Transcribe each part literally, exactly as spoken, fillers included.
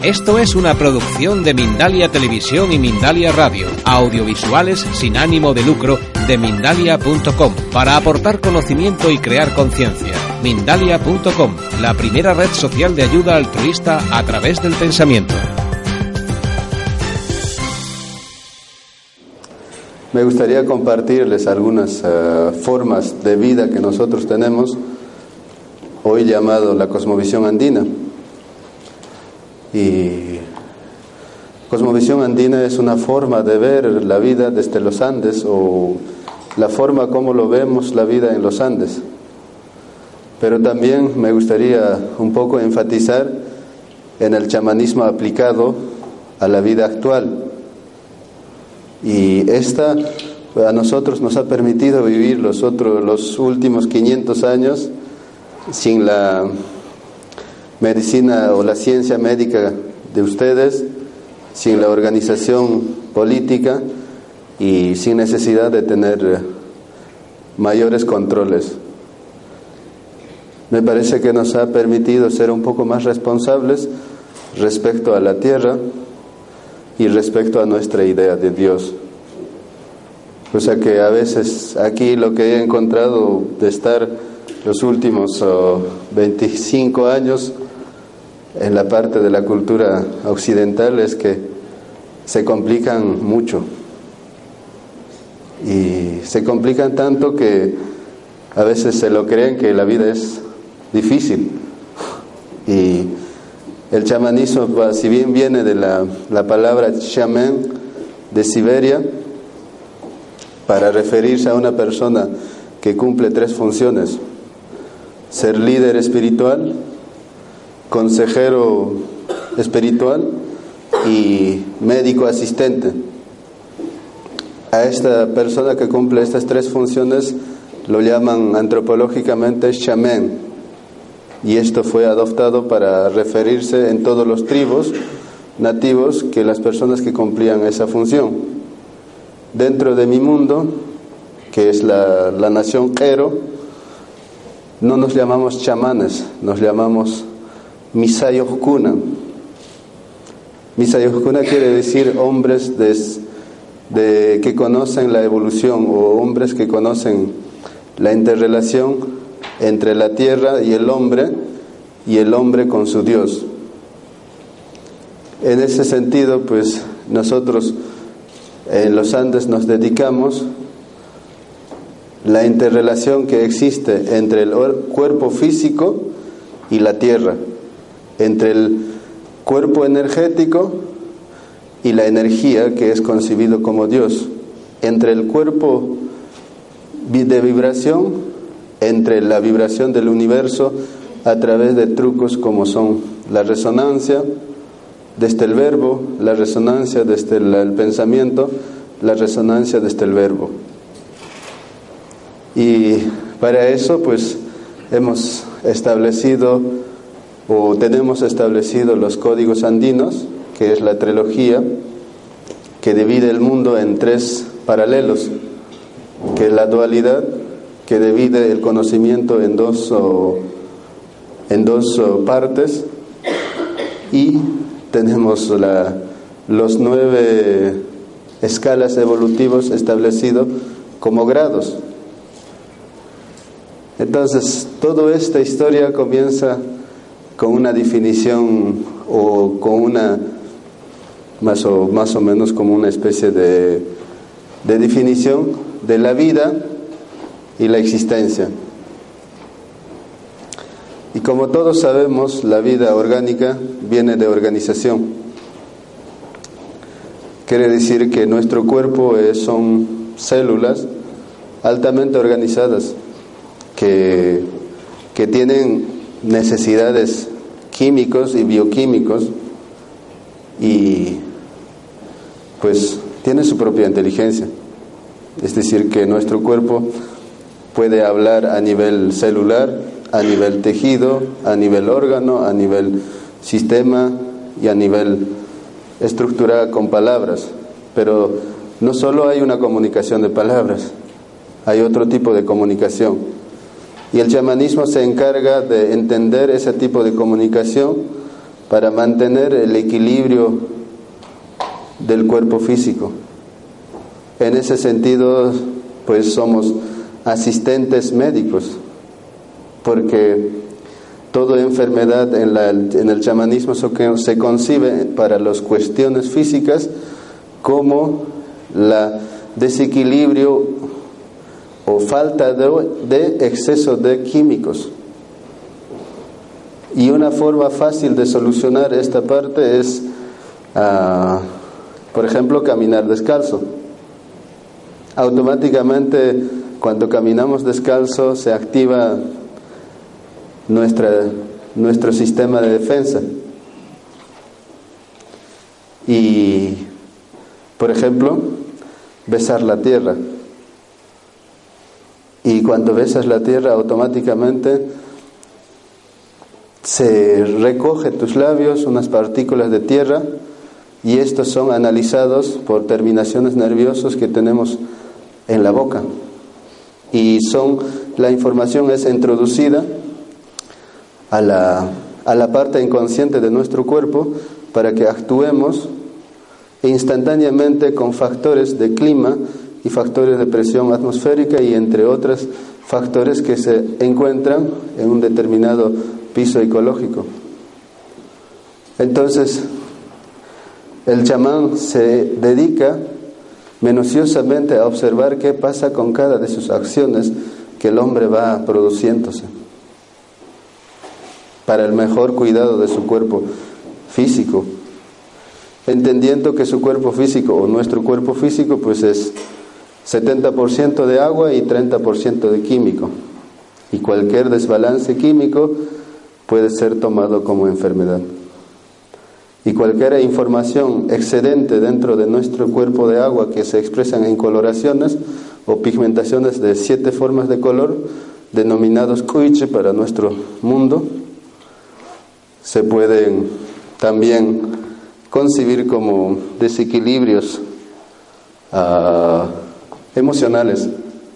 Esto es una producción de Mindalia Televisión y Mindalia Radio, audiovisuales sin ánimo de lucro de Mindalia punto com, para aportar conocimiento y crear conciencia. Mindalia punto com, la primera red social de ayuda altruista a través del pensamiento. Me gustaría compartirles algunas uh, formas de vida que nosotros tenemos, hoy llamado la cosmovisión andina. Y cosmovisión andina es una forma de ver la vida desde los Andes, o la forma como lo vemos la vida en los Andes. Pero también me gustaría un poco enfatizar en el chamanismo aplicado a la vida actual. Y esta a nosotros nos ha permitido vivir los otros, los últimos quinientos años sin la medicina o la ciencia médica de ustedes, sin la organización política y sin necesidad de tener mayores controles. Me parece que nos ha permitido ser un poco más responsables respecto a la tierra y respecto a nuestra idea de Dios. O sea que a veces aquí lo que he encontrado de estar los últimos oh, veinticinco años en la parte de la cultura occidental es que se complican mucho. Y se complican tanto que a veces se lo creen que la vida es difícil. Y el chamanismo, si bien viene de la, la palabra chamán de Siberia, para referirse a una persona que cumple tres funciones: ser líder espiritual, consejero espiritual y médico asistente. A esta persona que cumple estas tres funciones lo llaman antropológicamente chamán, y esto fue adoptado para referirse en todos los tribus nativos que las personas que cumplían esa función. Dentro de mi mundo, que es la, la nación Q'ero, no nos llamamos chamanes, nos llamamos Misayohkuna. Misayohkuna quiere decir hombres de, de, que conocen la evolución, o hombres que conocen la interrelación entre la tierra y el hombre, y el hombre con su Dios. En ese sentido, pues nosotros en los Andes nos dedicamos la interrelación que existe entre el cuerpo físico y la tierra, entre el cuerpo energético y la energía que es concebido como Dios, entre el cuerpo de vibración, entre la vibración del universo a través de trucos como son la resonancia desde el verbo, la resonancia desde el, el pensamiento, la resonancia desde el verbo. Y para eso pues hemos establecido o tenemos establecido los códigos andinos, que es la trilogía que divide el mundo en tres paralelos, que es la dualidad, que divide el conocimiento en dos, o, en dos o partes, y tenemos la, los nueve escalas evolutivos establecidos como grados. Entonces, toda esta historia comienza con una definición, o con una, más o, más o menos como una especie de, de definición de la vida y la existencia. Y como todos sabemos, la vida orgánica viene de organización. Quiere decir que nuestro cuerpo es, son células altamente organizadas que, que tienen necesidades químicos y bioquímicos, y pues tiene su propia inteligencia. Es decir, que nuestro cuerpo puede hablar a nivel celular, a nivel tejido, a nivel órgano, a nivel sistema y a nivel estructura con palabras. Pero no solo hay una comunicación de palabras, hay otro tipo de comunicación. Y el chamanismo se encarga de entender ese tipo de comunicación para mantener el equilibrio del cuerpo físico. En ese sentido, pues somos asistentes médicos, porque toda enfermedad en, la, en el chamanismo se concibe para las cuestiones físicas como la desequilibrio o falta de, de exceso de químicos. Y una forma fácil de solucionar esta parte es, uh, por ejemplo, caminar descalzo. Automáticamente, cuando caminamos descalzo, se activa nuestra, nuestro sistema de defensa. Y, por ejemplo, besar la tierra. Y cuando besas la tierra, automáticamente se recoge tus labios unas partículas de tierra, y estos son analizados por terminaciones nerviosas que tenemos en la boca, y son la información es introducida a la, a la parte inconsciente de nuestro cuerpo para que actuemos instantáneamente con factores de clima y factores de presión atmosférica y entre otros factores que se encuentran en un determinado piso ecológico. Entonces, el chamán se dedica minuciosamente a observar qué pasa con cada de sus acciones que el hombre va produciéndose para el mejor cuidado de su cuerpo físico, entendiendo que su cuerpo físico o nuestro cuerpo físico pues es setenta por ciento de agua y treinta por ciento de químico, y cualquier desbalance químico puede ser tomado como enfermedad. Y cualquier información excedente dentro de nuestro cuerpo de agua que se expresan en coloraciones o pigmentaciones de siete formas de color, denominados kuiche para nuestro mundo, se pueden también concebir como desequilibrios uh, emocionales.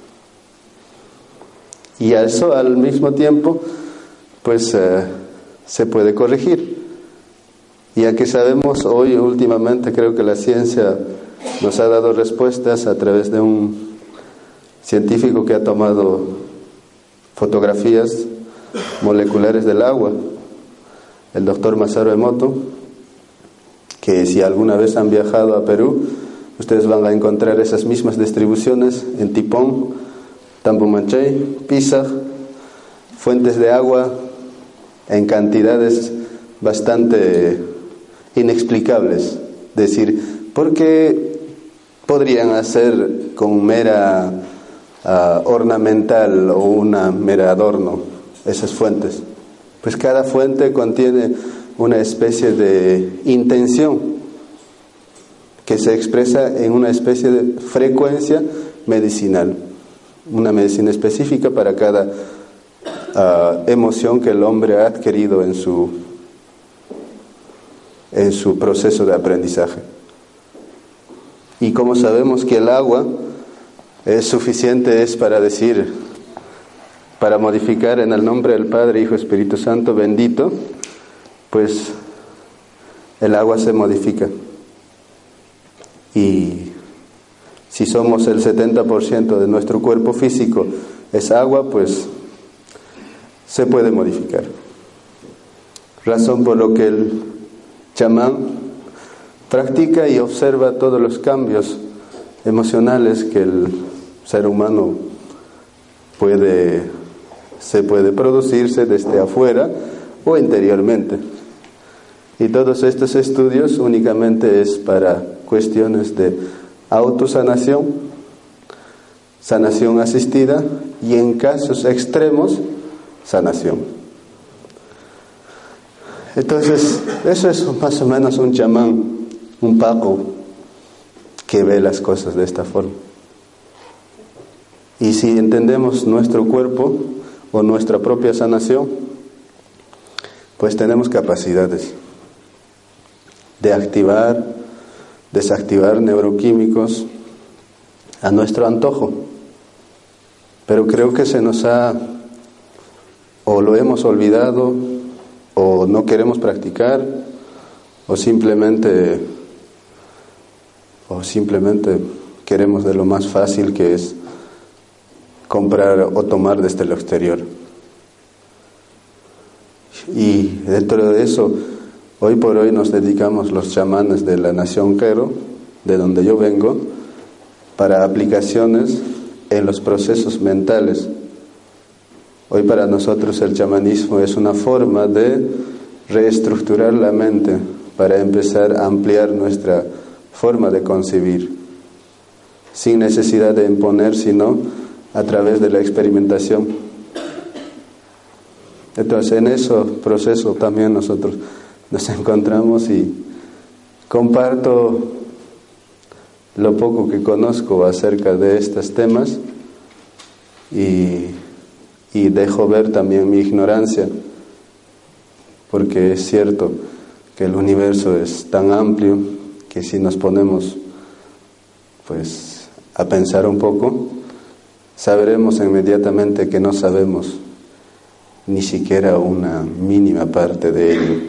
Y a eso al mismo tiempo pues uh, se puede corregir. Ya que sabemos hoy, últimamente, creo que la ciencia nos ha dado respuestas a través de un científico que ha tomado fotografías moleculares del agua, el doctor Masaru Emoto, que si alguna vez han viajado a Perú, ustedes van a encontrar esas mismas distribuciones en Tipón, Tambomanchay, Pisac, fuentes de agua en cantidades bastante inexplicables. Es decir, ¿por qué podrían hacer con mera uh, ornamental o una mera adorno esas fuentes? Pues cada fuente contiene una especie de intención que se expresa en una especie de frecuencia medicinal, una medicina específica para cada uh, emoción que el hombre ha adquirido en su en su proceso de aprendizaje. Y como sabemos que el agua es suficiente, es para decir, para modificar en el nombre del Padre, Hijo, Espíritu Santo, bendito, pues el agua se modifica. Y si somos el setenta por ciento de nuestro cuerpo físico es agua, pues se puede modificar. Razón por lo que el chamán practica y observa todos los cambios emocionales que el ser humano puede, se puede producirse desde afuera o interiormente. Y todos estos estudios únicamente es para cuestiones de autosanación, sanación asistida y en casos extremos, sanación. Entonces, eso es más o menos un chamán, un paco que ve las cosas de esta forma. Y si entendemos nuestro cuerpo o nuestra propia sanación, pues tenemos capacidades de activar, desactivar neuroquímicos a nuestro antojo. Pero creo que se nos ha, o lo hemos olvidado, o no queremos practicar, o simplemente, o simplemente queremos de lo más fácil, que es comprar o tomar desde el exterior. Y dentro de eso, hoy por hoy nos dedicamos los chamanes de la nación Quero, de donde yo vengo, para aplicaciones en los procesos mentales. Hoy para nosotros el chamanismo es una forma de reestructurar la mente para empezar a ampliar nuestra forma de concebir, sin necesidad de imponer, sino a través de la experimentación. Entonces en ese proceso también nosotros nos encontramos, y comparto lo poco que conozco acerca de estos temas, y, y dejo ver también mi ignorancia, porque es cierto que el universo es tan amplio que si nos ponemos pues a pensar un poco, sabremos inmediatamente que no sabemos ni siquiera una mínima parte de ello.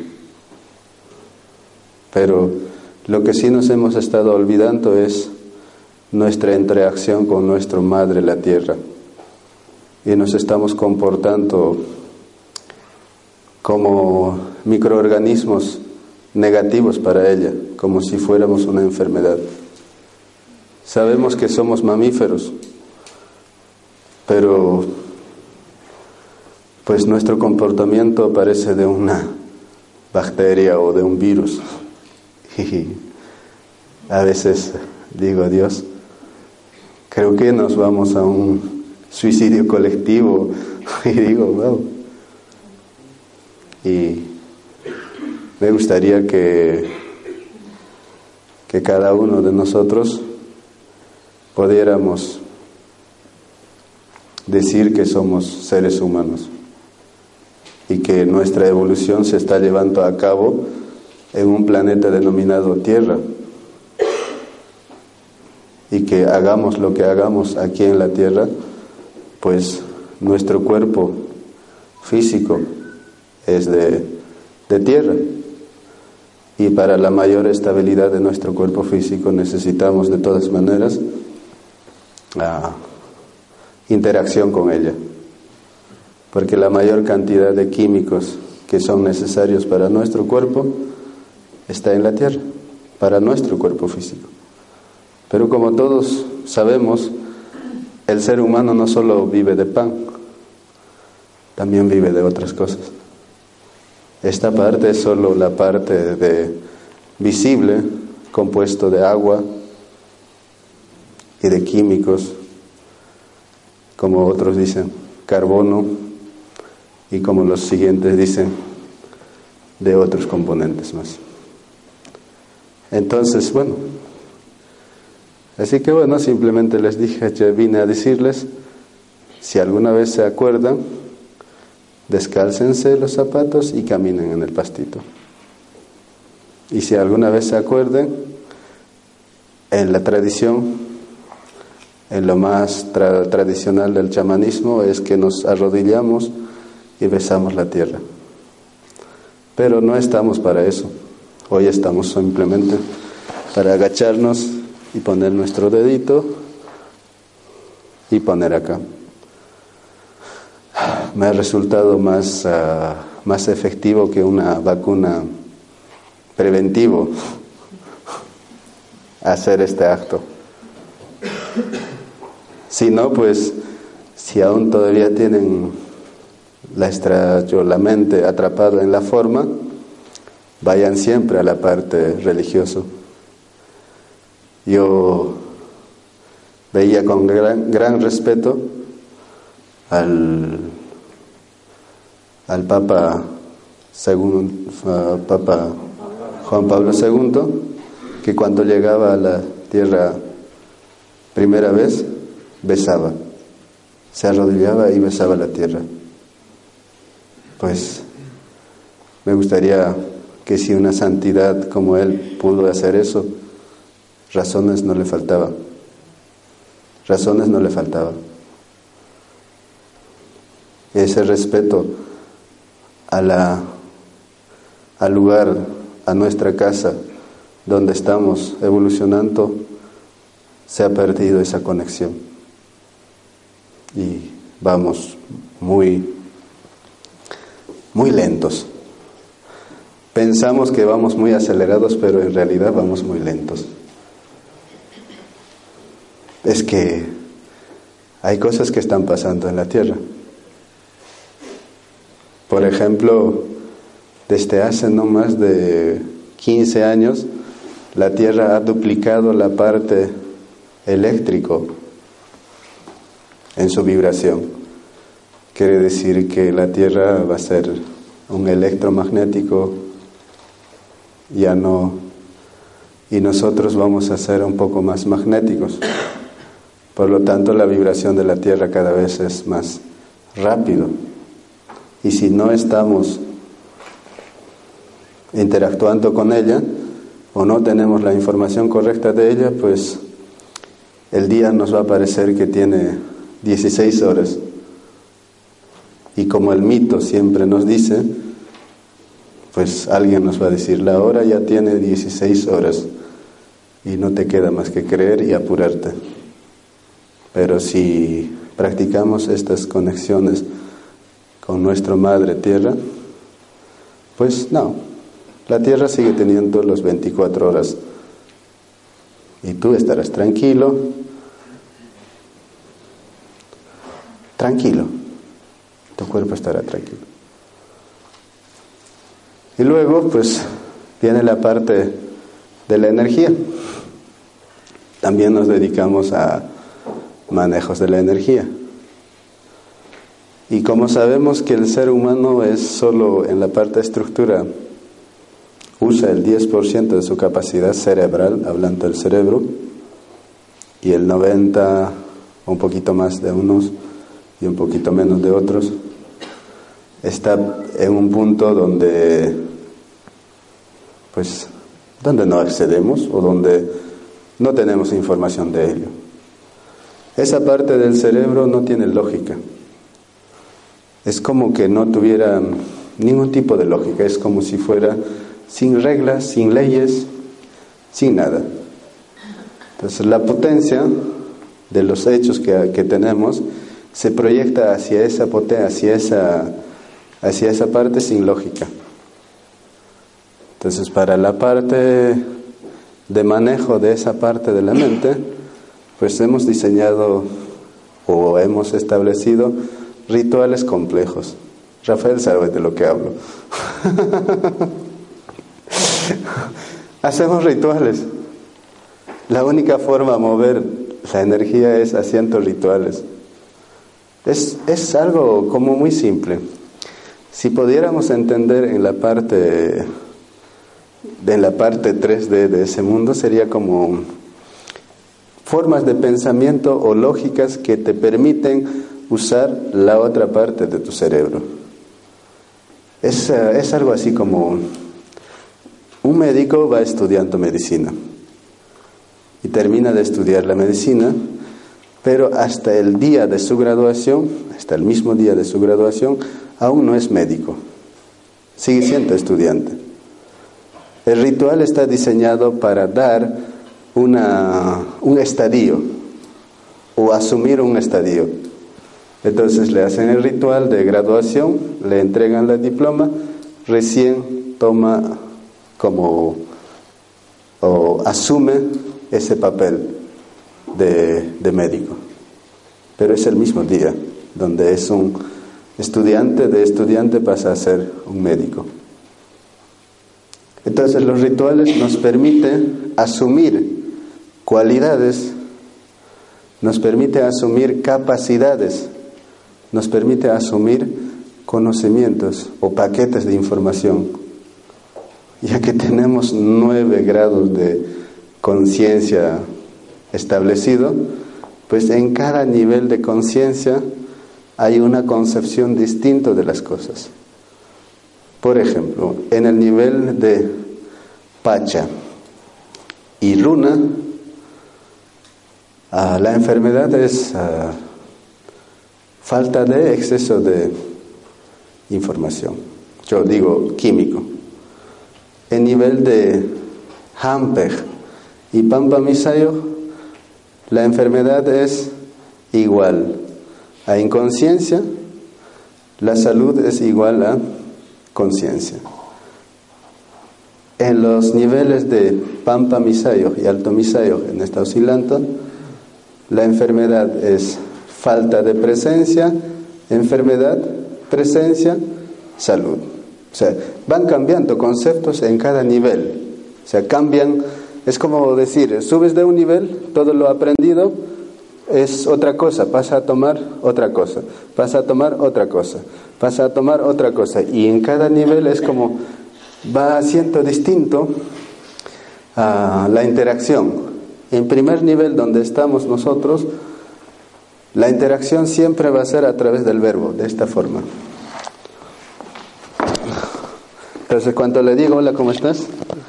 Pero lo que sí nos hemos estado olvidando es nuestra interacción con nuestra madre, la tierra, y nos estamos comportando como microorganismos negativos para ella, como si fuéramos una enfermedad. Sabemos que somos mamíferos, pero pues nuestro comportamiento parece de una bacteria o de un virus. Y a veces digo, Dios, creo que nos vamos a un suicidio colectivo. Y digo, wow. Y me gustaría que, que cada uno de nosotros pudiéramos decir que somos seres humanos y que nuestra evolución se está llevando a cabo en un planeta denominado Tierra, y que hagamos lo que hagamos aquí en la Tierra, pues nuestro cuerpo físico es de, de tierra, y para la mayor estabilidad de nuestro cuerpo físico necesitamos de todas maneras la interacción con ella, porque la mayor cantidad de químicos que son necesarios para nuestro cuerpo está en la tierra, para nuestro cuerpo físico. Pero como todos sabemos, el ser humano no solo vive de pan, también vive de otras cosas. Esta parte es solo la parte de visible, compuesto de agua y de químicos, como otros dicen, carbono, y como los siguientes dicen, de otros componentes más. Entonces, bueno, así que bueno, simplemente les dije, yo vine a decirles, si alguna vez se acuerdan, descálcense los zapatos y caminen en el pastito. Y si alguna vez se acuerden, en la tradición, en lo más tra- tradicional del chamanismo, es que nos arrodillamos y besamos la tierra. Pero no estamos para eso. Hoy estamos simplemente para agacharnos y poner nuestro dedito y poner acá. Me ha resultado más, uh, más efectivo que una vacuna preventivo hacer este acto. Si no, pues, si aún todavía tienen la, extra, yo, la mente atrapada en la forma, vayan siempre a la parte religiosa. Yo veía con gran, gran respeto al, al Papa, según, uh, Papa Juan Pablo segundo, que cuando llegaba a la tierra primera vez, besaba, se arrodillaba y besaba la tierra. Pues me gustaría que si una santidad como él pudo hacer eso, razones no le faltaban, razones no le faltaban. Ese respeto a la, al lugar, a nuestra casa donde estamos evolucionando, se ha perdido esa conexión. Y vamos muy, muy lentos. Pensamos que vamos muy acelerados, pero en realidad vamos muy lentos. Es que hay cosas que están pasando en la Tierra. Por ejemplo, desde hace no más de quince años, la Tierra ha duplicado la parte eléctrico en su vibración. Quiere decir que la Tierra va a ser un electromagnético, ya no, y nosotros vamos a ser un poco más magnéticos. Por lo tanto, la vibración de la Tierra cada vez es más rápido. Y si no estamos interactuando con ella, o no tenemos la información correcta de ella, pues el día nos va a parecer que tiene dieciséis horas. Y como el mito siempre nos dice, pues alguien nos va a decir, la hora ya tiene dieciséis horas, y no te queda más que creer y apurarte. Pero si practicamos estas conexiones con nuestra Madre Tierra, pues no, la Tierra sigue teniendo las veinticuatro horas y tú estarás tranquilo, tranquilo, tu cuerpo estará tranquilo. Y luego pues viene la parte de la energía. También nos dedicamos a manejos de la energía. Y como sabemos que el ser humano es solo en la parte de estructura, usa el diez por ciento de su capacidad cerebral, hablando del cerebro, y el noventa por ciento, un poquito más de unos y un poquito menos de otros, está en un punto donde, pues, donde no accedemos o donde no tenemos información de ello. Esa parte del cerebro no tiene lógica. Es como que no tuviera ningún tipo de lógica. Es como si fuera sin reglas, sin leyes, sin nada. Entonces la potencia de los hechos que, que tenemos se proyecta hacia esa potencia, hacia esa, hacia esa parte sin lógica. Entonces para la parte de manejo de esa parte de la mente, pues hemos diseñado o hemos establecido rituales complejos. Rafael sabe de lo que hablo. Hacemos rituales. La única forma de mover la energía es haciendo rituales. Es, es algo como muy simple. Si pudiéramos entender en la parte, en la parte tres D de ese mundo, sería como formas de pensamiento o lógicas que te permiten usar la otra parte de tu cerebro. Es, es algo así como un médico va estudiando medicina y termina de estudiar la medicina, pero hasta el día de su graduación, hasta el mismo día de su graduación, aún no es médico, sigue siendo estudiante. El ritual está diseñado para dar una, un estadio o asumir un estadio. Entonces le hacen el ritual de graduación, le entregan el diploma, recién toma como o asume ese papel de, de médico. Pero es el mismo día donde es un estudiante, de estudiante pasa a ser un médico. Entonces los rituales nos permiten asumir cualidades, nos permite asumir capacidades, nos permite asumir conocimientos o paquetes de información, ya que tenemos nueve grados de conciencia establecido, pues en cada nivel de conciencia hay una concepción distinta de las cosas. Por ejemplo, en el nivel de Pacha y Runa, uh, la enfermedad es uh, falta de exceso de información. Yo digo químico. en nivel de Hampeg y Pampa Misayo, la enfermedad es igual a inconsciencia, la salud es igual a conciencia. En los niveles de Pampa Misayo y Alto Misayo, en esta oscilanta, la enfermedad es falta de presencia, enfermedad, presencia, salud. O sea, van cambiando conceptos en cada nivel. O sea, cambian, es como decir, subes de un nivel, todo lo aprendido es otra cosa, pasa a tomar otra cosa, pasa a tomar otra cosa, pasa a tomar otra cosa. Y en cada nivel es como va haciendo distinto a la interacción. En primer nivel, donde estamos nosotros, la interacción siempre va a ser a través del verbo, de esta forma. Entonces, cuando le digo, hola, ¿cómo estás?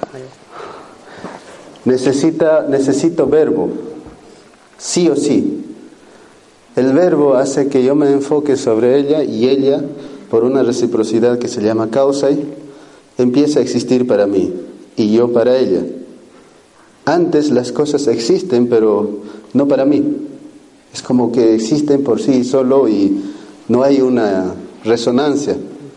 Necesita, necesito verbo, sí o sí. El verbo hace que yo me enfoque sobre ella y ella, por una reciprocidad que se llama causa, empieza a existir para mí y yo para ella. Antes las cosas existen, pero no para mí. Es como que existen por sí solo y no hay una resonancia.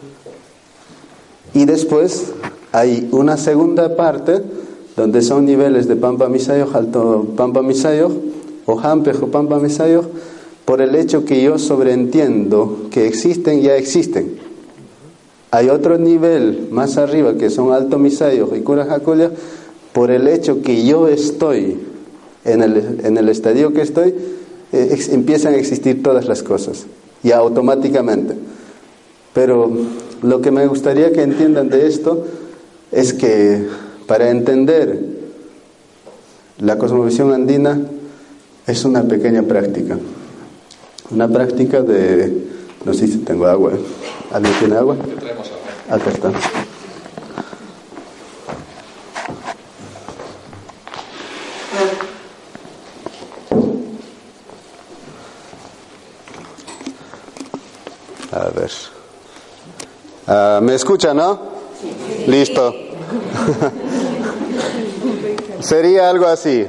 Y después hay una segunda parte donde son niveles de Pampa Misayo, Alto Pampa Misayo, o Hampeg o Pampa Misayo, por el hecho que yo sobreentiendo que existen, ya existen. Hay otro nivel más arriba que son Alto Misayo y Curajacolia, por el hecho que yo estoy en el, en el estadio que estoy, eh, ex, empiezan a existir todas las cosas, ya automáticamente. Pero lo que me gustaría que entiendan de esto es que para entender la cosmovisión andina es una pequeña práctica. Una práctica de... No sé si tengo agua. ¿Alguien tiene agua? Traemos agua. Acá está. A ver. Uh, ¿Me escucha, no? Sí. Listo. Sería algo así.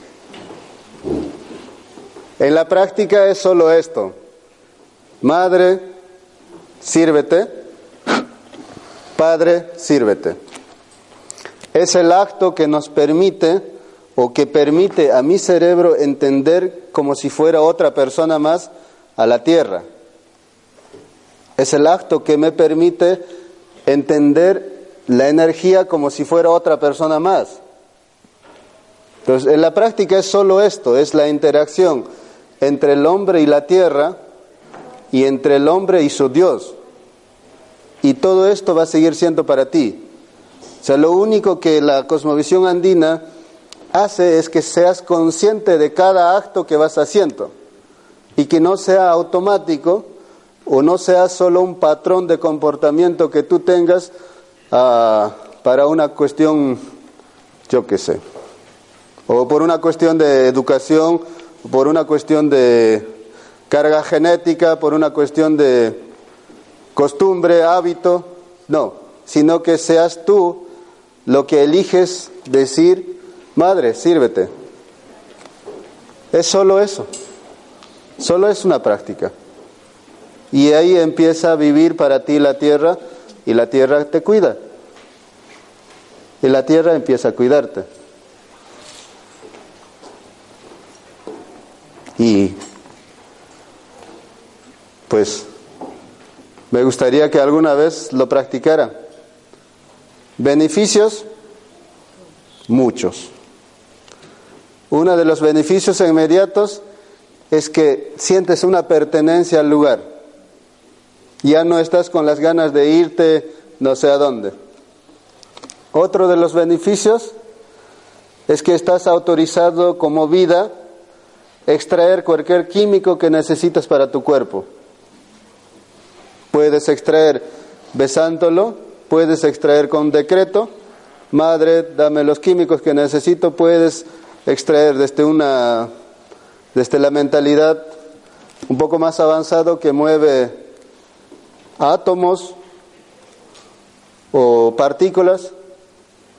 En la práctica es solo esto. Madre, sírvete. Padre, sírvete. Es el acto que nos permite o que permite a mi cerebro entender como si fuera otra persona más a la tierra. Es el acto que me permite entender la energía como si fuera otra persona más. Entonces, en la práctica es solo esto, es la interacción entre el hombre y la tierra y entre el hombre y su Dios. Y todo esto va a seguir siendo para ti. O sea, lo único que la cosmovisión andina hace es que seas consciente de cada acto que vas haciendo y que no sea automático o no sea solo un patrón de comportamiento que tú tengas uh, para una cuestión, yo qué sé, o por una cuestión de educación, o por una cuestión de carga genética, por una cuestión de costumbre, hábito, no, sino que seas tú lo que eliges decir, madre, sírvete. Es solo eso, solo es una práctica. Y ahí empieza a vivir para ti la tierra y la tierra te cuida. Y la tierra empieza a cuidarte. Y pues me gustaría que alguna vez lo practicara. Beneficios, muchos. Uno de los beneficios inmediatos es que sientes una pertenencia al lugar. Ya no estás con las ganas de irte no sé a dónde. Otro de los beneficios es que estás autorizado como vida extraer cualquier químico que necesitas para tu cuerpo. Puedes extraer besándolo, puedes extraer con decreto, madre, dame los químicos que necesito, puedes extraer desde una, desde la mentalidad un poco más avanzado que mueve átomos o partículas,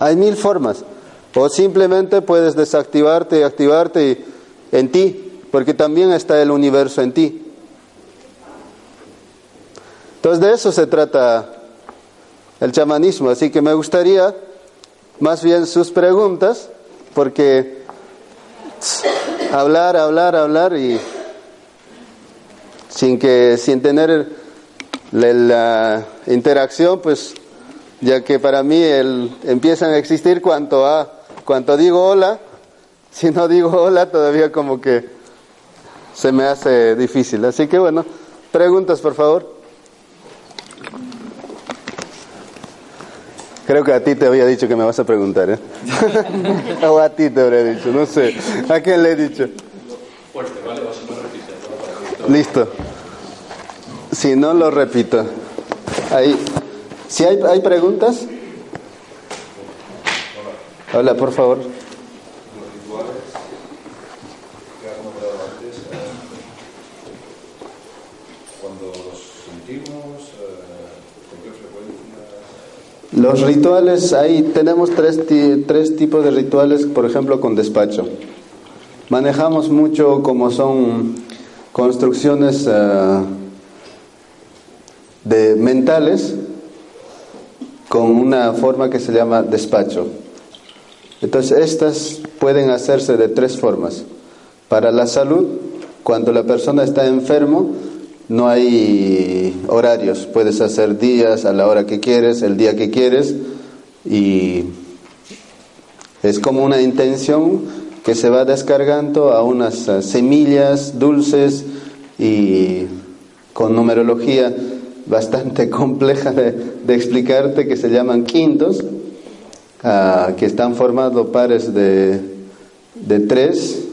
Hay mil formas. O simplemente puedes desactivarte y activarte en ti, porque también está el universo en ti. Entonces de eso se trata el chamanismo. Así que me gustaría más bien sus preguntas, porque hablar, hablar, hablar y sin que sin tener la, la interacción, pues ya que para mí el, empiezan a existir cuanto a cuanto digo hola. Si no digo hola, todavía como que se me hace difícil. Así que bueno, preguntas por favor. Creo que a ti te había dicho que me vas a preguntar, ¿eh? O a ti te habría dicho, no sé. ¿A quién le he dicho? Fuerte, ¿vale? Vas a repetir. Listo. Si no, lo repito. Ahí. Si hay, hay preguntas. Hola, por favor. Los rituales que has nombrado antes, cuando los sentimos, ¿con qué frecuencia? Los rituales, ahí tenemos tres, tres tipos de rituales, por ejemplo, con despacho. Manejamos mucho como son construcciones uh, de mentales con una forma que se llama despacho. Entonces, estas pueden hacerse de tres formas. Para la salud, cuando la persona está enfermo, no hay horarios. Puedes hacer días a la hora que quieres, el día que quieres, y es como una intención que se va descargando a unas uh, semillas dulces y con numerología bastante compleja de, de explicarte, que se llaman quintos. Uh, que están formados pares de, de tres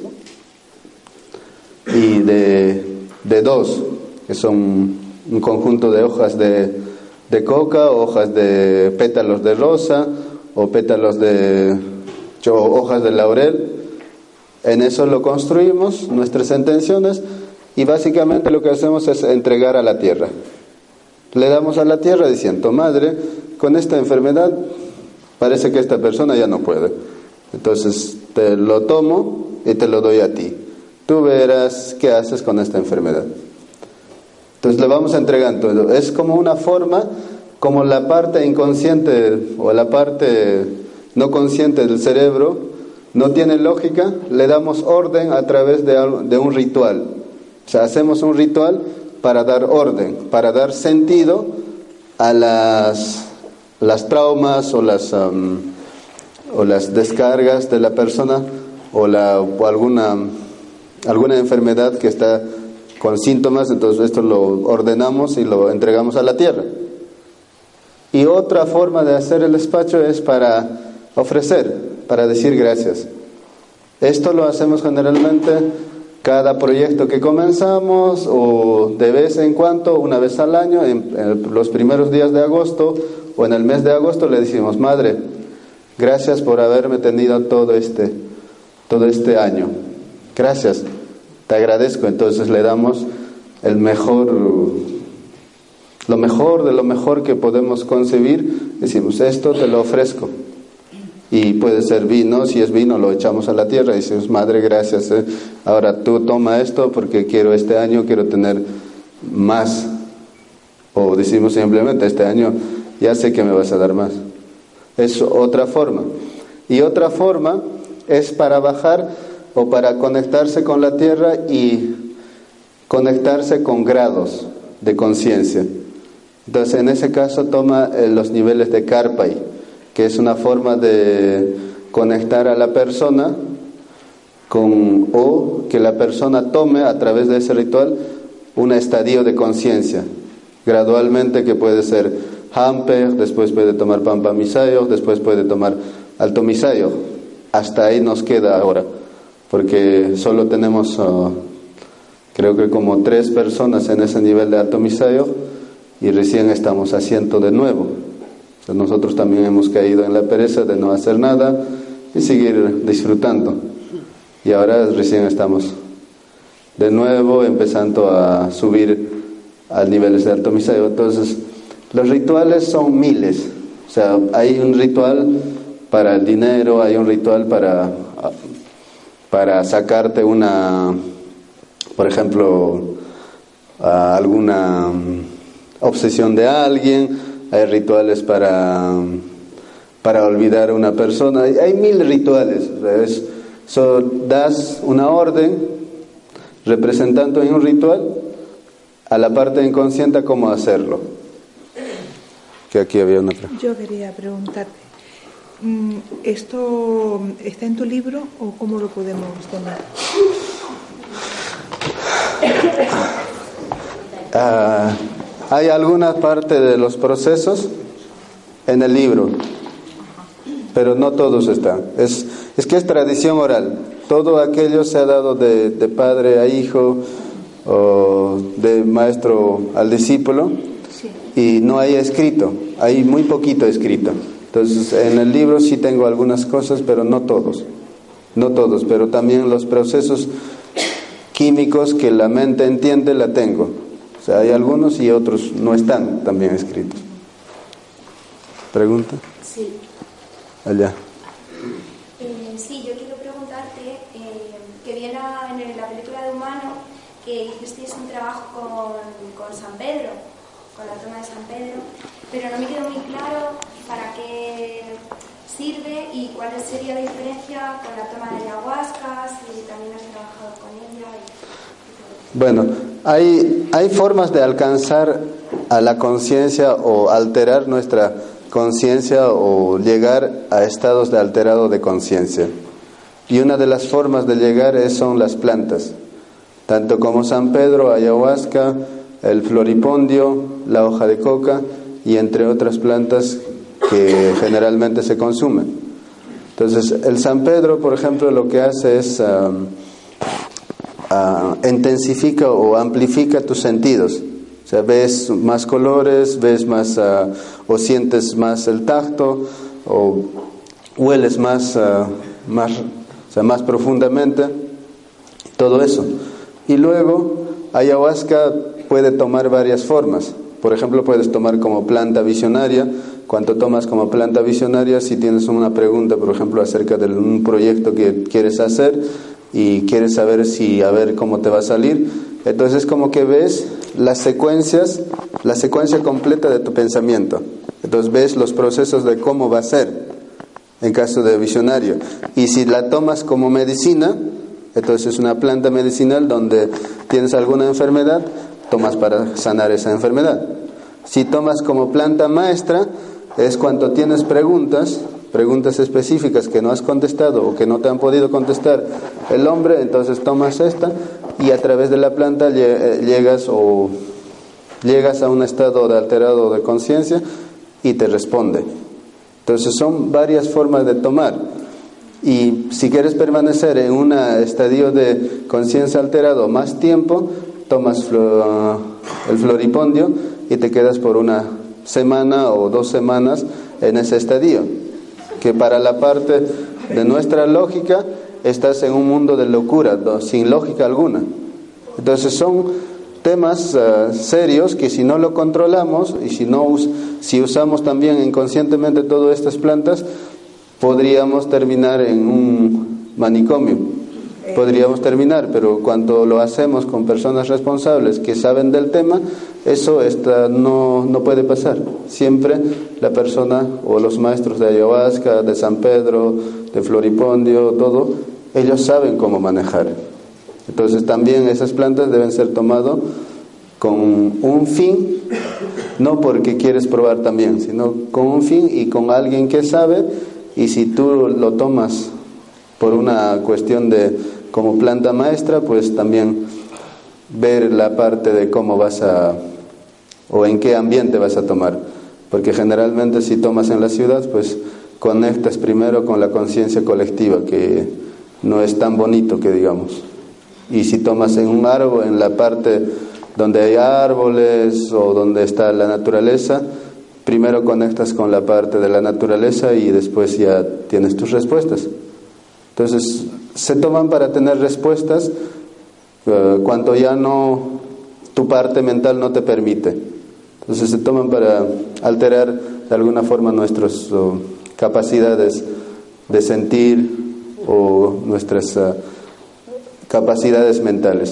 y de, de dos, que son un conjunto de hojas de, de coca, hojas de pétalos de rosa o pétalos de o hojas de laurel. En eso lo construimos, nuestras intenciones, y básicamente lo que hacemos es entregar a la tierra. Le damos a la tierra diciendo: madre, con esta enfermedad parece que esta persona ya no puede. Entonces te lo tomo y te lo doy a ti. Tú verás qué haces con esta enfermedad. Entonces le vamos entregando. Es como una forma, como la parte inconsciente o la parte no consciente del cerebro no tiene lógica, le damos orden a través de, de un ritual. O sea, hacemos un ritual para dar orden, para dar sentido a las... las traumas o las um, o las descargas de la persona o la o alguna alguna enfermedad que está con síntomas. Entonces esto lo ordenamos y lo entregamos a la tierra. Y otra forma de hacer el despacho es para ofrecer, para decir gracias. Esto lo hacemos generalmente cada proyecto que comenzamos, o de vez en cuando, una vez al año, en, en los primeros días de agosto o en el mes de agosto, le decimos: madre, gracias por haberme tenido todo este, todo este año. Gracias, te agradezco. Entonces le damos el mejor, lo mejor de lo mejor que podemos concebir. Decimos: esto te lo ofrezco. Y puede ser vino. Si es vino, lo echamos a la tierra y decimos: madre, gracias, ¿eh? Ahora tú toma esto porque quiero este año, quiero tener más. O decimos simplemente: este año ya sé que me vas a dar más. Es otra forma. Y otra forma es para bajar o para conectarse con la tierra y conectarse con grados de conciencia. Entonces, en ese caso toma eh, los niveles de Karpai, que es una forma de conectar a la persona con, o que la persona tome a través de ese ritual un estadio de conciencia, gradualmente, que puede ser Hamper, después puede tomar Pampa Misayo, después puede tomar Alto Misayo. Hasta ahí nos queda ahora, porque solo tenemos uh, creo que como tres personas en ese nivel de Alto Misayo, y recién estamos haciendo de nuevo. O sea, nosotros también hemos caído en la pereza de no hacer nada y seguir disfrutando, y ahora recién estamos de nuevo empezando a subir a niveles de Alto Misayo. Entonces los rituales son miles. O sea, hay un ritual para el dinero, hay un ritual para, para sacarte una, por ejemplo, alguna obsesión de alguien, hay rituales para, para olvidar a una persona, hay, hay mil rituales. Es, so, das una orden representando en un ritual a la parte inconsciente cómo hacerlo. Que aquí había una pregunta. Yo quería preguntarte, ¿esto está en tu libro o cómo lo podemos tomar? Uh, hay alguna parte de los procesos en el libro, pero no todos están. Es, es que es tradición oral. Todo aquello se ha dado de, de padre a hijo o de maestro al discípulo, sí. Y no hay escrito, hay muy poquito escrito. Entonces en el libro sí tengo algunas cosas, pero no todos, no todos, pero también los procesos químicos que la mente entiende la tengo. O sea, hay algunos y otros no están también escritos. ¿Pregunta? Sí. Allá. Eh, sí, yo quiero preguntarte, eh, que vi en la, en la película de Humano que hicisteis un trabajo con, con San Pedro, con la toma de San Pedro, pero no me quedó muy claro para qué sirve y cuál sería la diferencia con la toma de ayahuasca, si también has trabajado con ella. Y... Bueno, hay, hay formas de alcanzar a la conciencia o alterar nuestra conciencia o llegar a estados de alterado de conciencia. Y una de las formas de llegar es, son las plantas, tanto como San Pedro, ayahuasca, el floripondio, la hoja de coca y entre otras plantas que generalmente se consumen. Entonces, el San Pedro, por ejemplo, lo que hace es uh, uh, intensifica o amplifica tus sentidos. O sea, ves más colores, ves más uh, o sientes más el tacto o hueles más, uh, más, o sea, más profundamente, todo eso. Y luego, ayahuasca puede tomar varias formas. Por ejemplo, puedes tomar como planta visionaria. Cuando tomas como planta visionaria, si tienes una pregunta, por ejemplo, acerca de un proyecto que quieres hacer y quieres saber si, a ver cómo te va a salir, entonces como que ves las secuencias, la secuencia completa de tu pensamiento. Entonces ves los procesos de cómo va a ser en caso de visionario. Y si la tomas como medicina, entonces es una planta medicinal donde tienes alguna enfermedad, tomas para sanar esa enfermedad. Si tomas como planta maestra, es cuando tienes preguntas, preguntas específicas que no has contestado o que no te han podido contestar el hombre, entonces tomas esta y a través de la planta llegas o llegas a un estado de alterado de conciencia y te responde. Entonces son varias formas de tomar. Y si quieres permanecer en un estadio de conciencia alterado más tiempo, tomas el floripondio y te quedas por una semana o dos semanas en ese estadio, que para la parte de nuestra lógica estás en un mundo de locura, sin lógica alguna. Entonces son temas uh, serios que si no lo controlamos y si no us- si usamos también inconscientemente todas estas plantas, podríamos terminar en un manicomio. Podríamos terminar, pero cuando lo hacemos con personas responsables que saben del tema, eso está, no, no puede pasar. Siempre la persona o los maestros de ayahuasca, de San Pedro, de floripondio, todo, ellos saben cómo manejar. Entonces también esas plantas deben ser tomadas con un fin, no porque quieres probar también, sino con un fin y con alguien que sabe. Y si tú lo tomas por una cuestión de como planta maestra, pues también ver la parte de cómo vas a o en qué ambiente vas a tomar, porque generalmente si tomas en la ciudad, pues conectas primero con la conciencia colectiva, que no es tan bonito que digamos. Y si tomas en un árbol, en la parte donde hay árboles o donde está la naturaleza, primero conectas con la parte de la naturaleza y después ya tienes tus respuestas. Entonces se toman para tener respuestas uh, cuando ya no, tu parte mental no te permite. Entonces se toman para alterar de alguna forma nuestras uh, capacidades de sentir o nuestras uh, capacidades mentales.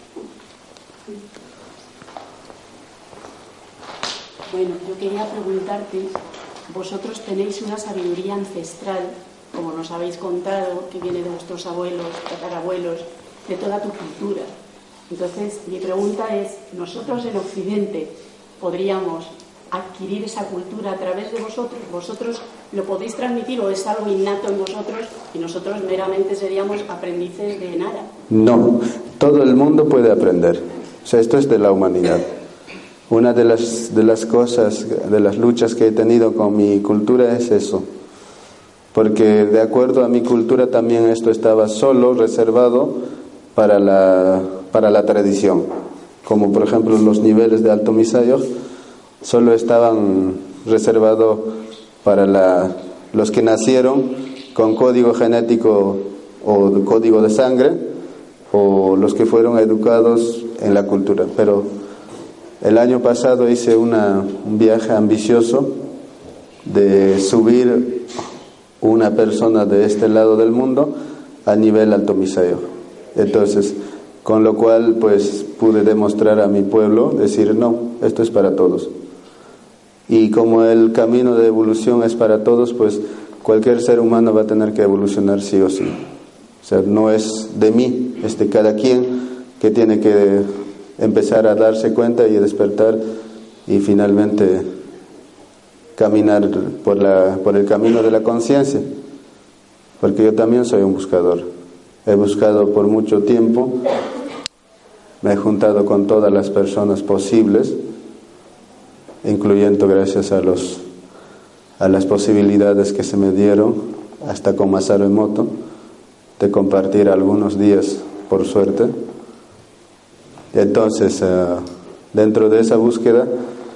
Bueno, yo quería preguntarte, vosotros tenéis una sabiduría ancestral, como nos habéis contado, que viene de vuestros abuelos, tatarabuelos, de toda tu cultura. Entonces, mi pregunta es, ¿nosotros en Occidente podríamos adquirir esa cultura a través de vosotros? ¿Vosotros lo podéis transmitir o es algo innato en vosotros y nosotros meramente seríamos aprendices de nada? No, todo el mundo puede aprender. O sea, esto es de la humanidad. Una de las, de las cosas, de las luchas que he tenido con mi cultura es eso. Porque de acuerdo a mi cultura también esto estaba solo reservado para la, para la tradición. Como por ejemplo los niveles de Alto Misayo solo estaban reservados para la, los que nacieron con código genético o código de sangre, o los que fueron educados en la cultura. Pero el año pasado hice una, un viaje ambicioso de subir una persona de este lado del mundo a nivel Alto Misayo. Entonces, con lo cual pues pude demostrar a mi pueblo, decir no, esto es para todos. Y como el camino de evolución es para todos, pues cualquier ser humano va a tener que evolucionar sí o sí. O sea, no es de mí, es de cada quien que tiene que empezar a darse cuenta y despertar y finalmente caminar por, la, por el camino de la conciencia. Porque yo también soy un buscador. He buscado por mucho tiempo, me he juntado con todas las personas posibles, incluyendo gracias a los a las posibilidades que se me dieron, hasta con Masaru Emoto, de compartir algunos días, por suerte. Entonces, uh, dentro de esa búsqueda,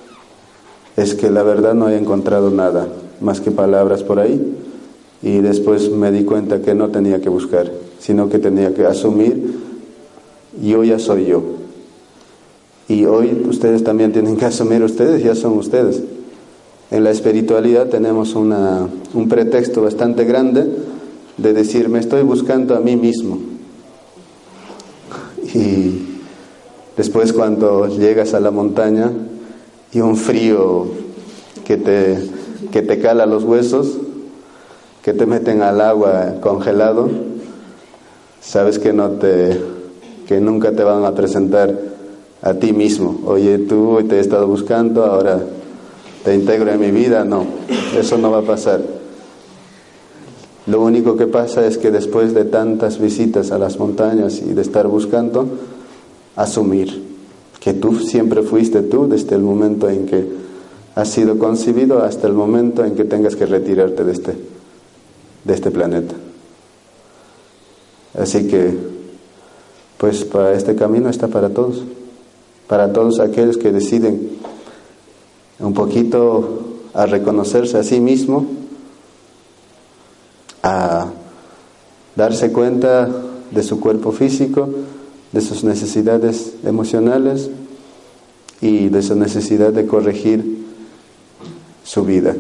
es que la verdad no he encontrado nada, más que palabras por ahí, y después me di cuenta que no tenía que buscar, sino que tenía que asumir, yo ya soy yo. Y hoy ustedes también tienen que asumir, ustedes ya son ustedes. En la espiritualidad tenemos una, un pretexto bastante grande de decir, me estoy buscando a mí mismo. Y después cuando llegas a la montaña y un frío que te, que te cala los huesos, que te meten al agua congelado, sabes que, no te, que nunca te van a presentar a ti mismo. Oye, tú hoy te he estado buscando, ahora te integro en mi vida. No, eso no va a pasar. Lo único que pasa es que después de tantas visitas a las montañas y de estar buscando, asumir que tú siempre fuiste tú desde el momento en que has sido concebido hasta el momento en que tengas que retirarte de este, de este planeta. Así que, pues para este camino está para todos. Para todos aquellos que deciden un poquito a reconocerse a sí mismo, a darse cuenta de su cuerpo físico, de sus necesidades emocionales y de su necesidad de corregir su vida.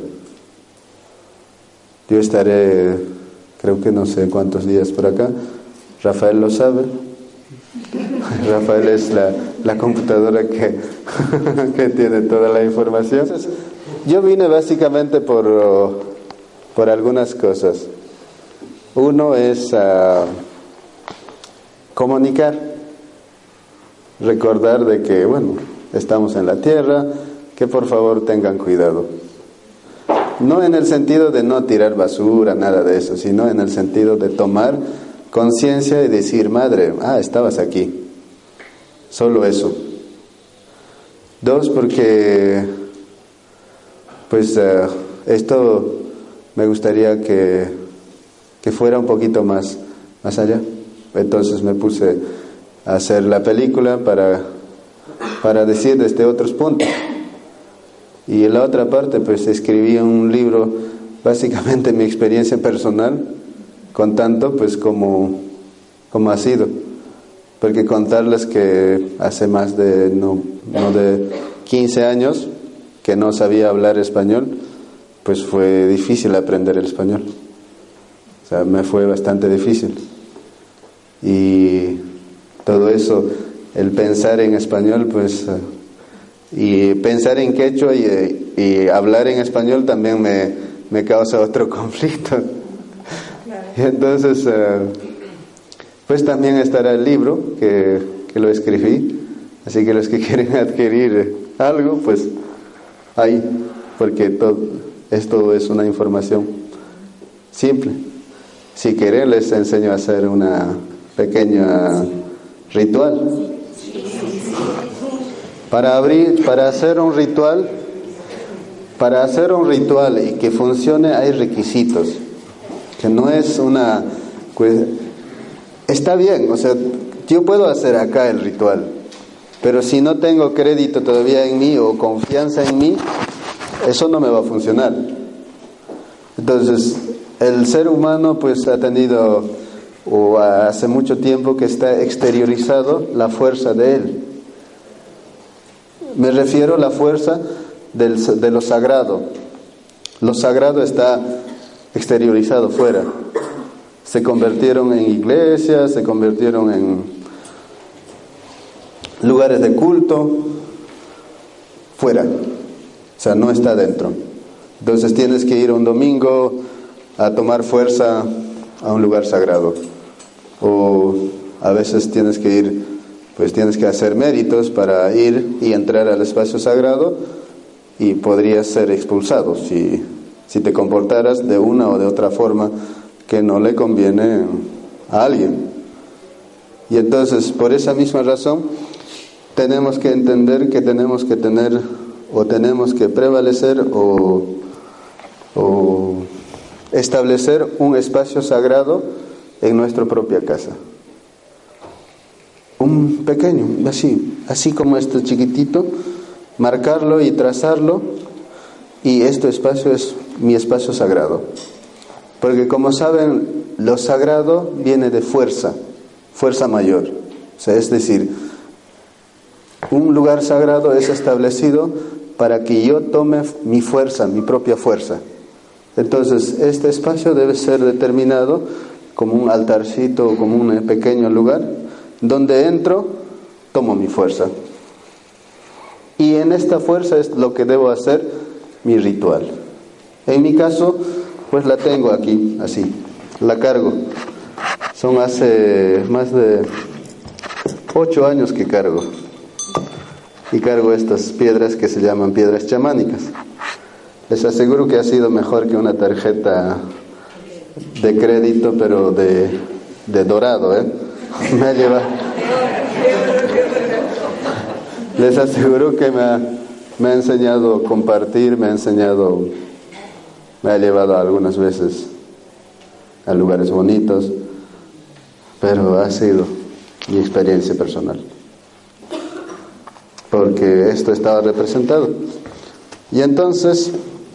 Yo estaré, creo que no sé cuántos días por acá, Rafael lo sabe. Rafael es la, la computadora que, que tiene toda la información. Yo vine básicamente por, por algunas cosas. Uno es uh, comunicar, recordar de que, bueno, estamos en la tierra, que por favor tengan cuidado. No en el sentido de no tirar basura, nada de eso, sino en el sentido de tomar conciencia y decir, madre, ah, estabas aquí. Solo eso. Dos, porque pues uh, esto me gustaría que, que fuera un poquito más, más allá. Entonces me puse a hacer la película para, para decir desde otros puntos. Y en la otra parte pues escribí un libro, básicamente mi experiencia personal, contando pues como, como ha sido. Porque contarles que hace más de, no, no de quince años que no sabía hablar español, pues fue difícil aprender el español. sea, me fue bastante difícil. Y todo eso, el pensar en español, pues, y pensar en quechua y, y hablar en español también me, me causa otro conflicto. Y entonces, pues también estará el libro que, que lo escribí, así que los que quieren adquirir algo, pues ahí, porque todo esto es una información simple. Si quieren les enseño a hacer una pequeña ritual. Para abrir, para hacer un ritual, para hacer un ritual y que funcione hay requisitos, que no es una, pues, está bien, o sea, yo puedo hacer acá el ritual, pero si no tengo crédito todavía en mí o confianza en mí, eso no me va a funcionar. Entonces, el ser humano pues ha tenido, o hace mucho tiempo que está exteriorizado la fuerza de él. Me refiero a la fuerza del, de lo sagrado. Lo sagrado está exteriorizado fuera. Se convirtieron en iglesias, se convirtieron en lugares de culto, fuera. O sea, no está dentro. Entonces tienes que ir un domingo a tomar fuerza a un lugar sagrado. O a veces tienes que ir, pues tienes que hacer méritos para ir y entrar al espacio sagrado y podrías ser expulsado si, si te comportaras de una o de otra forma que no le conviene a alguien. Y entonces, por esa misma razón, tenemos que entender que tenemos que tener o tenemos que prevalecer o, o establecer un espacio sagrado en nuestra propia casa. Un pequeño, así, así como este chiquitito, marcarlo y trazarlo, y este espacio es mi espacio sagrado. Porque como saben, lo sagrado viene de fuerza, fuerza mayor. O sea, es decir, un lugar sagrado es establecido para que yo tome mi fuerza, mi propia fuerza. Entonces, este espacio debe ser determinado como un altarcito o como un pequeño lugar donde entro, tomo mi fuerza. Y en esta fuerza es lo que debo hacer mi ritual. En mi caso, pues la tengo aquí, así, la cargo. Son hace más de ocho años que cargo. Y cargo estas piedras que se llaman piedras chamánicas. Les aseguro que ha sido mejor que una tarjeta de crédito, pero de, de dorado, ¿eh? Me ha llevado. Les aseguro que me ha, me ha enseñado a compartir, me ha enseñado, me ha llevado algunas veces a lugares bonitos, pero ha sido mi experiencia personal, porque esto estaba representado. Y entonces,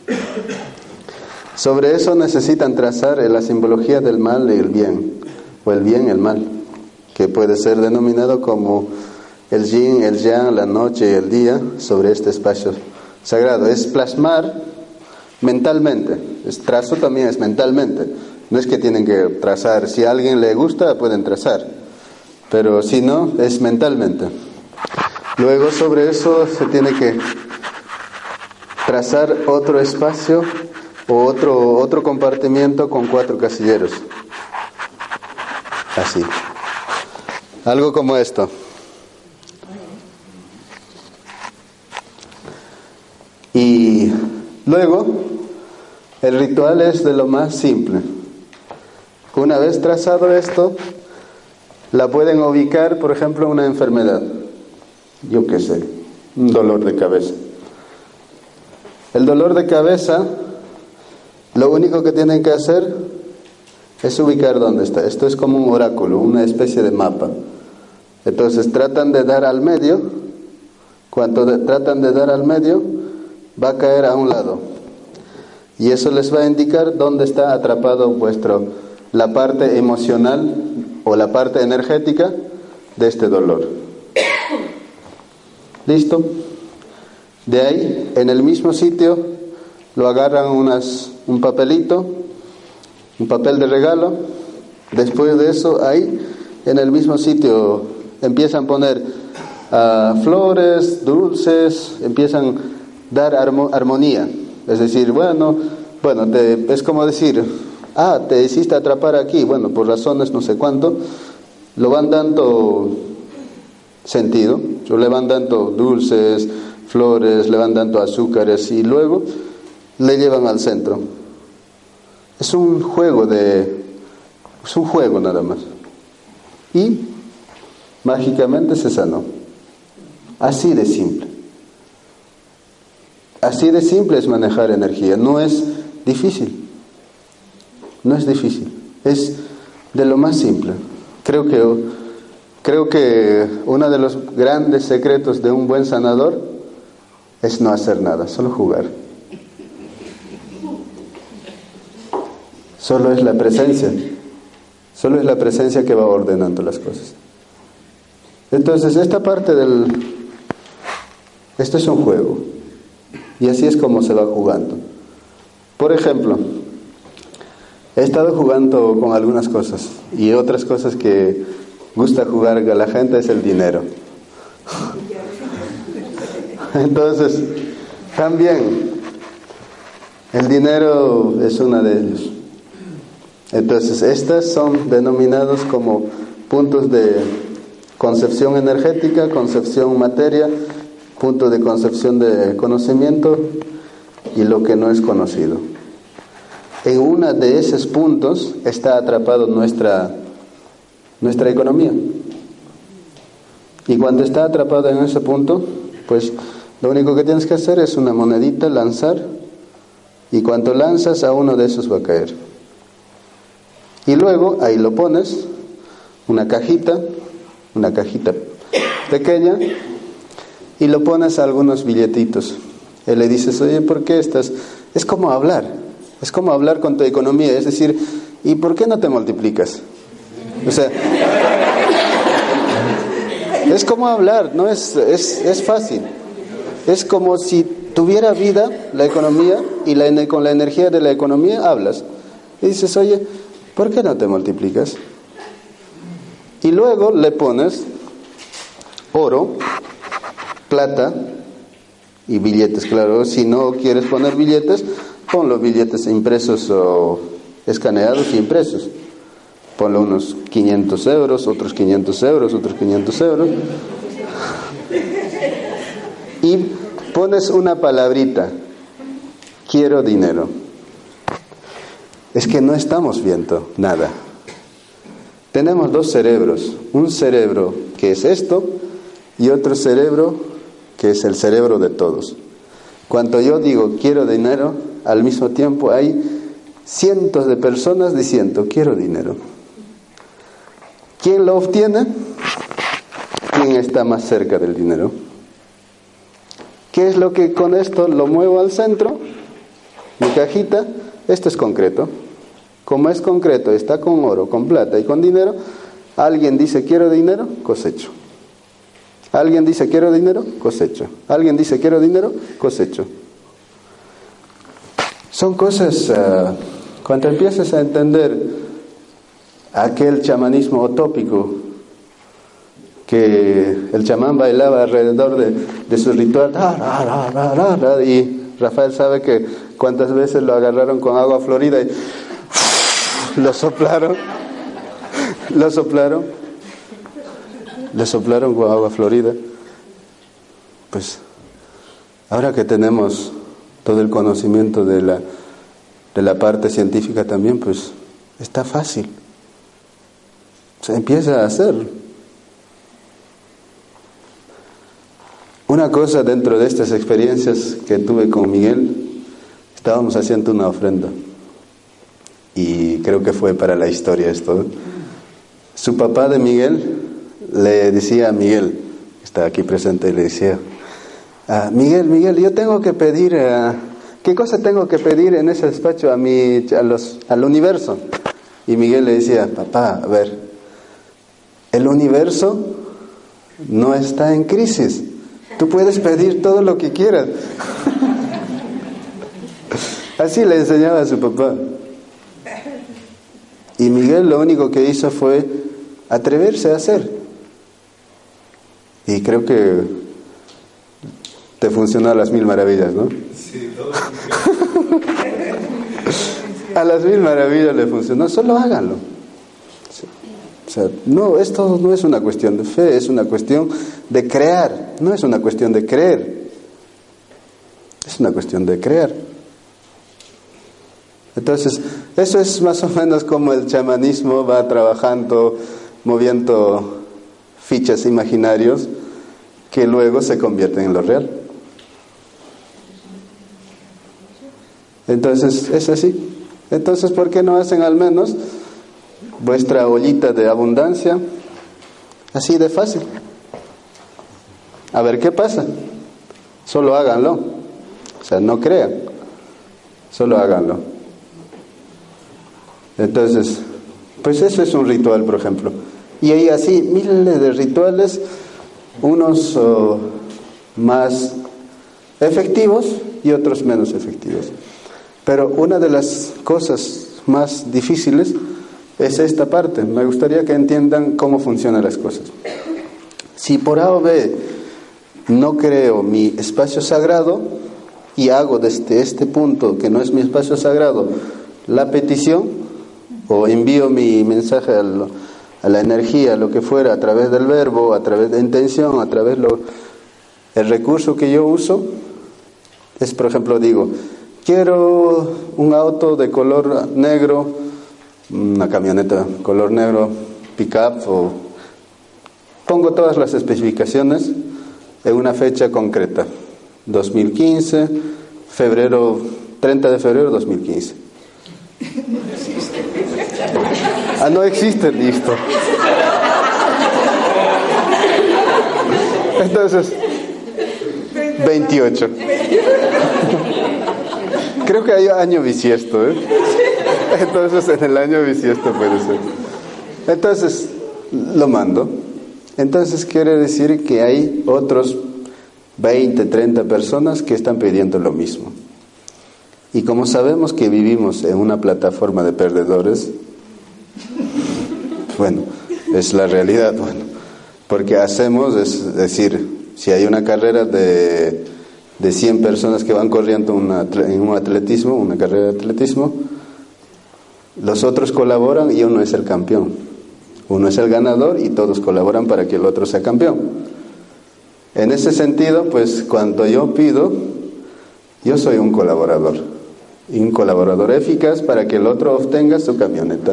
sobre eso necesitan trazar la simbología del mal y el bien, o el bien y el mal, que puede ser denominado como el yin, el yang, la noche y el día, sobre este espacio sagrado. Es plasmar mentalmente, es trazo también es mentalmente. No es que tienen que trazar, si a alguien le gusta pueden trazar, pero si no, es mentalmente. Luego sobre eso se tiene que trazar otro espacio o otro, otro compartimiento con cuatro casilleros. Así. Algo como esto. Y luego, el ritual es de lo más simple. Una vez trazado esto, la pueden ubicar, por ejemplo, una enfermedad. Yo qué sé, un dolor de cabeza. El dolor de cabeza, lo único que tienen que hacer es ubicar dónde está. Esto es como un oráculo, una especie de mapa. Entonces tratan de dar al medio. Cuando de, tratan de dar al medio, va a caer a un lado. Y eso les va a indicar dónde está atrapado vuestro, la parte emocional o la parte energética de este dolor. ¿Listo? De ahí, en el mismo sitio, lo agarran unas, un papelito un papel de regalo. Después de eso, ahí, en el mismo sitio, empiezan a poner uh, flores, dulces, empiezan a dar armo- armonía. Es decir, bueno, bueno te, es como decir, ah, te hiciste atrapar aquí, bueno, por razones no sé cuánto, lo van dando sentido, le van dando dulces, flores, le van dando azúcares y luego le llevan al centro. Es un juego de, es un juego nada más. Y mágicamente se sanó. Así de simple. Así de simple es manejar energía. No es difícil. No es difícil. Es de lo más simple. Creo que, creo que uno de los grandes secretos de un buen sanador es no hacer nada, solo jugar. Solo es la presencia. Solo es la presencia que va ordenando las cosas. Entonces, esta parte del... Esto es un juego. Y así es como se va jugando. Por ejemplo, he estado jugando con algunas cosas. Y otras cosas que gusta jugar a la gente es el dinero. Entonces, también, el dinero es una de ellos. Entonces, estas son denominados como puntos de concepción energética, concepción materia, punto de concepción de conocimiento y lo que no es conocido. En uno de esos puntos está atrapado nuestra, nuestra economía. Y cuando está atrapado en ese punto, pues lo único que tienes que hacer es una monedita, lanzar, y cuando lanzas a uno de esos va a caer. Y luego ahí lo pones, una cajita, una cajita pequeña, y lo pones a algunos billetitos. Y le dices, oye, ¿por qué estás? Es como hablar, es como hablar con tu economía, es decir, ¿y por qué no te multiplicas? O sea, es como hablar, no es, es, es fácil. Es como si tuviera vida la economía y la, con la energía de la economía hablas. Y dices, oye, ¿por qué no te multiplicas? Y luego le pones oro, plata y billetes. Claro, si no quieres poner billetes, pon los billetes impresos o escaneados y impresos. Ponle unos quinientos euros, otros quinientos euros, otros quinientos euros. Y pones una palabrita, quiero dinero. Es que no estamos viendo nada. Tenemos dos cerebros, un cerebro que es esto y otro cerebro que es el cerebro de todos. Cuando yo digo quiero dinero, al mismo tiempo hay cientos de personas diciendo quiero dinero. ¿Quién lo obtiene? ¿Quién está más cerca del dinero? ¿Qué es lo que con esto lo muevo al centro? Mi cajita, esto es concreto. Como es concreto, está con oro, con plata y con dinero, alguien dice quiero dinero, cosecho. Alguien dice quiero dinero, cosecho. Alguien dice quiero dinero, cosecho. Son cosas, uh, cuando empiezas a entender aquel chamanismo utópico que el chamán bailaba alrededor de, de su ritual, y Rafael sabe que cuántas veces lo agarraron con agua florida y lo soplaron, lo soplaron, le soplaron con agua florida. Pues ahora que tenemos todo el conocimiento de la, de la parte científica también, pues está fácil. Se empieza a hacer. Una cosa dentro de estas experiencias que tuve con Miguel, estábamos haciendo una ofrenda. Y creo que fue para la historia esto. Su papá de Miguel le decía a Miguel, que está aquí presente, le decía, ah, Miguel, Miguel, yo tengo que pedir, uh, ¿qué cosa tengo que pedir en ese despacho a mi, a los, al universo? Y Miguel le decía, papá, a ver, el universo no está en crisis. Tú puedes pedir todo lo que quieras. Así le enseñaba a su papá. Y Miguel lo único que hizo fue atreverse a hacer. Y creo que te funcionó a las mil maravillas, ¿no? Sí, todo. A las mil maravillas le funcionó, solo háganlo. O sea, no, esto no es una cuestión de fe, es una cuestión de crear, no es una cuestión de creer, es una cuestión de crear. Entonces, eso es más o menos como el chamanismo va trabajando, moviendo fichas imaginarios que luego se convierten en lo real. Entonces, es así. Entonces, ¿por qué no hacen al menos vuestra ollita de abundancia así de fácil? A ver qué pasa. Solo háganlo. O sea, no crean. Solo háganlo. Entonces, pues eso es un ritual, por ejemplo. Y hay así miles de rituales, unos oh, más efectivos y otros menos efectivos. Pero una de las cosas más difíciles es esta parte. Me gustaría que entiendan cómo funcionan las cosas. Si por A o B no creo mi espacio sagrado y hago desde este punto, que no es mi espacio sagrado, la petición, o envío mi mensaje a, lo, a la energía, lo que fuera, a través del verbo, a través de intención, a través de el recurso que yo uso, es, por ejemplo, digo, quiero un auto de color negro, una camioneta color negro, pick-up, o pongo todas las especificaciones en una fecha concreta, dos mil quince, febrero, treinta de febrero de dos mil quince. Ah, no existe, listo. Entonces, veintiocho. Creo que hay año bisiesto, ¿eh? Entonces, en el año bisiesto puede ser. Entonces, lo mando. Entonces, quiere decir que hay otros veinte, treinta personas que están pidiendo lo mismo. Y como sabemos que vivimos en una plataforma de perdedores, bueno, es la realidad, bueno, porque hacemos, es decir, si hay una carrera de, de cien personas que van corriendo una, en un atletismo, una carrera de atletismo, los otros colaboran y uno es el campeón, uno es el ganador y todos colaboran para que el otro sea campeón. En ese sentido, pues cuando yo pido, yo soy un colaborador, y un colaborador eficaz para que el otro obtenga su camioneta.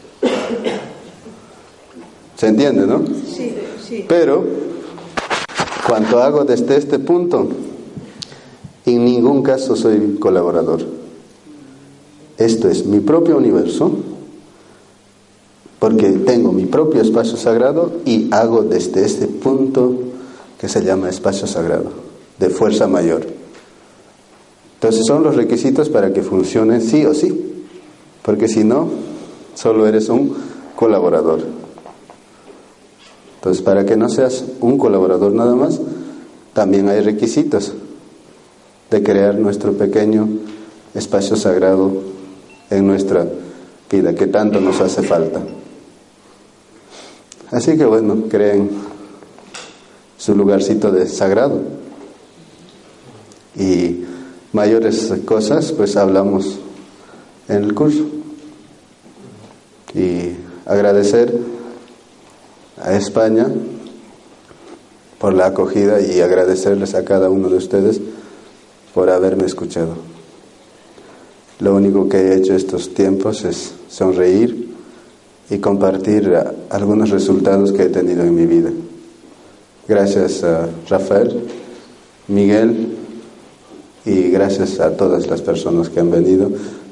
¿Se entiende, no? Sí, sí. Pero, cuando hago desde este punto, en ningún caso soy colaborador. Esto es mi propio universo, porque tengo mi propio espacio sagrado y hago desde este punto que se llama espacio sagrado, de fuerza mayor. Entonces son los requisitos para que funcione sí o sí, porque si no, solo eres un colaborador. Entonces, para que no seas un colaborador nada más, también hay requisitos de crear nuestro pequeño espacio sagrado en nuestra vida, que tanto nos hace falta. Así que bueno, creen su lugarcito de sagrado. Y mayores cosas, pues hablamos en el curso. Y agradecer a España por la acogida y agradecerles a cada uno de ustedes por haberme escuchado. Lo único que he hecho estos tiempos es sonreír y compartir algunos resultados que he tenido en mi vida. Gracias a Rafael, Miguel, y gracias a todas las personas que han venido.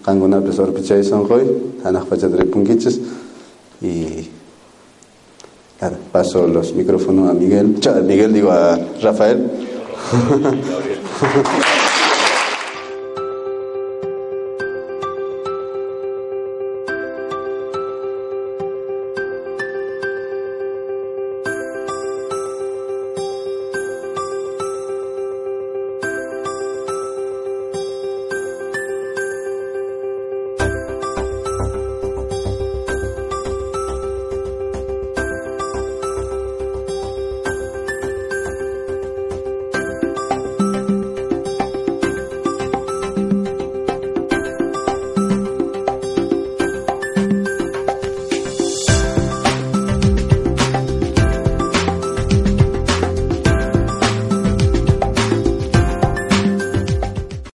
Y nada, paso los micrófonos a Miguel. Miguel digo a Rafael.